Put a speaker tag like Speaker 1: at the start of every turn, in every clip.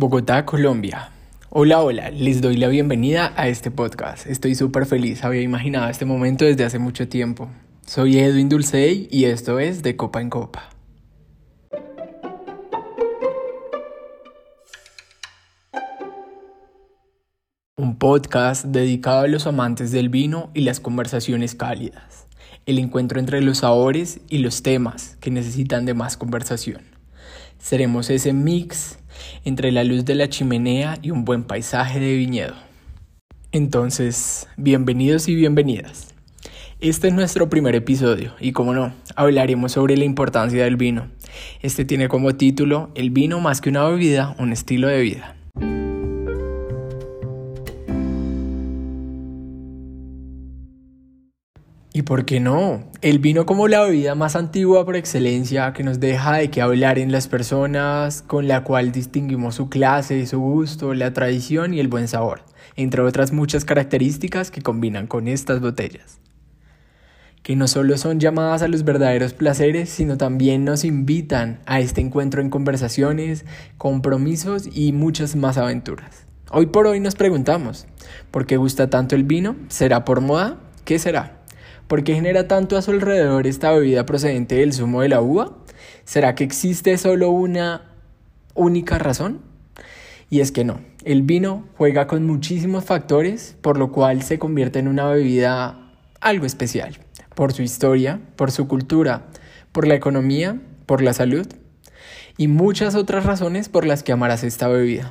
Speaker 1: Bogotá, Colombia. Hola, les doy la bienvenida a este podcast. Estoy súper feliz, había imaginado este momento desde hace mucho tiempo. Soy Edwin Dulcey y esto es De Copa en Copa. Un podcast dedicado a los amantes del vino y las conversaciones cálidas. El encuentro entre los sabores y los temas que necesitan de más conversación. Seremos ese mix entre la luz de la chimenea y un buen paisaje de viñedo. Entonces, bienvenidos y bienvenidas. Este es nuestro primer episodio y, como no, hablaremos sobre la importancia del vino. Este tiene como título: El vino más que una bebida, un estilo de vida. ¿Y por qué no? El vino como la bebida más antigua por excelencia, que nos deja de qué hablar en las personas, con la cual distinguimos su clase, su gusto, la tradición y el buen sabor, entre otras muchas características que combinan con estas botellas, que no solo son llamadas a los verdaderos placeres, sino también nos invitan a este encuentro en conversaciones, compromisos y muchas más aventuras. Hoy por hoy nos preguntamos, ¿por qué gusta tanto el vino? ¿Será por moda? ¿Qué será? ¿Por qué genera tanto a su alrededor esta bebida procedente del zumo de la uva? ¿Será que existe solo una única razón? Y es que no, el vino juega con muchísimos factores, por lo cual se convierte en una bebida algo especial, por su historia, por su cultura, por la economía, por la salud y muchas otras razones por las que amarás esta bebida.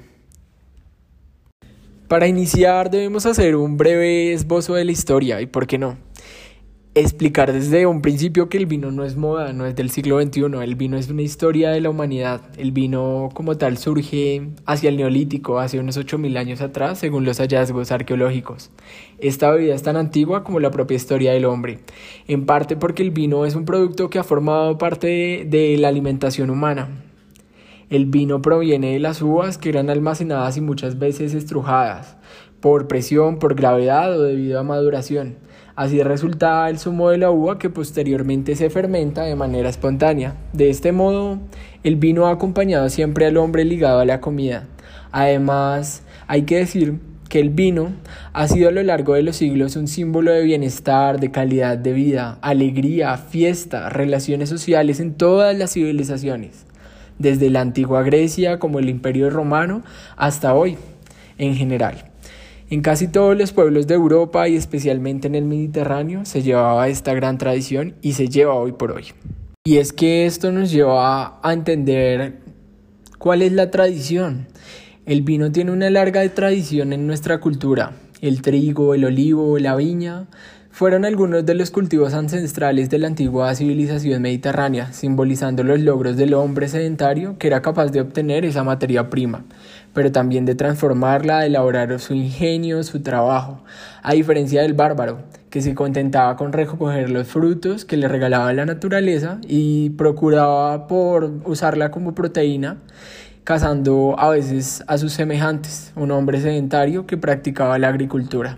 Speaker 1: Para iniciar debemos hacer un breve esbozo de la historia y, ¿por qué no?, explicar desde un principio que el vino no es moda, no es del siglo XXI, el vino es una historia de la humanidad. El vino como tal surge hacia el Neolítico, hace unos 8.000 años atrás, según los hallazgos arqueológicos. Esta bebida es tan antigua como la propia historia del hombre, en parte porque el vino es un producto que ha formado parte de la alimentación humana. El vino proviene de las uvas, que eran almacenadas y muchas veces estrujadas, por presión, por gravedad o debido a maduración. Así resulta el zumo de la uva, que posteriormente se fermenta de manera espontánea. De este modo, el vino ha acompañado siempre al hombre ligado a la comida. Además, hay que decir que el vino ha sido a lo largo de los siglos un símbolo de bienestar, de calidad de vida, alegría, fiesta, relaciones sociales en todas las civilizaciones, desde la antigua Grecia como el Imperio Romano hasta hoy en general. En casi todos los pueblos de Europa y especialmente en el Mediterráneo se llevaba esta gran tradición y se lleva hoy por hoy. Y es que esto nos lleva a entender cuál es la tradición. El vino tiene una larga tradición en nuestra cultura. El trigo, el olivo, la viña fueron algunos de los cultivos ancestrales de la antigua civilización mediterránea, simbolizando los logros del hombre sedentario que era capaz de obtener esa materia prima, pero también de transformarla, de elaborar su ingenio, su trabajo, a diferencia del bárbaro, que se contentaba con recoger los frutos que le regalaba la naturaleza y procuraba por usarla como proteína, cazando a veces a sus semejantes, un hombre sedentario que practicaba la agricultura.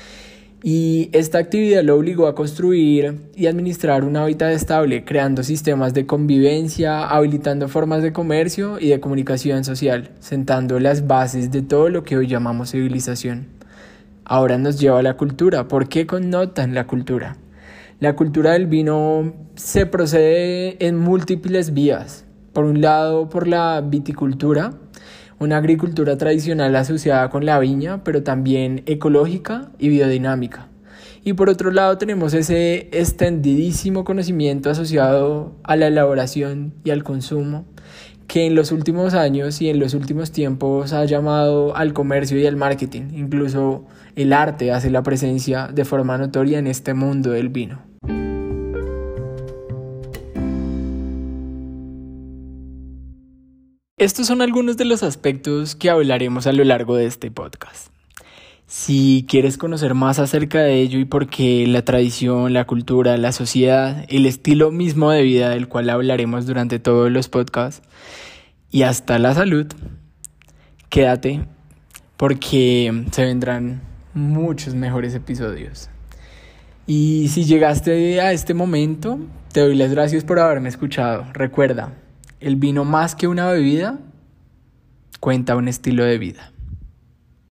Speaker 1: Y esta actividad lo obligó a construir y administrar un hábitat estable, creando sistemas de convivencia, habilitando formas de comercio y de comunicación social, sentando las bases de todo lo que hoy llamamos civilización. Ahora nos lleva a la cultura. ¿Por qué connotan la cultura? La cultura del vino se procede en múltiples vías. Por un lado, por la viticultura, una agricultura tradicional asociada con la viña, pero también ecológica y biodinámica. Y por otro lado tenemos ese extendidísimo conocimiento asociado a la elaboración y al consumo, que en los últimos años y en los últimos tiempos ha llamado al comercio y al marketing. Incluso el arte hace la presencia de forma notoria en este mundo del vino. Estos son algunos de los aspectos que hablaremos a lo largo de este podcast. Si quieres conocer más acerca de ello y por qué la tradición, la cultura, la sociedad, el estilo mismo de vida del cual hablaremos durante todos los podcasts y hasta la salud, quédate porque se vendrán muchos mejores episodios. Y si llegaste a este momento, te doy las gracias por haberme escuchado. Recuerda, el vino más que una bebida, cuenta un estilo de vida.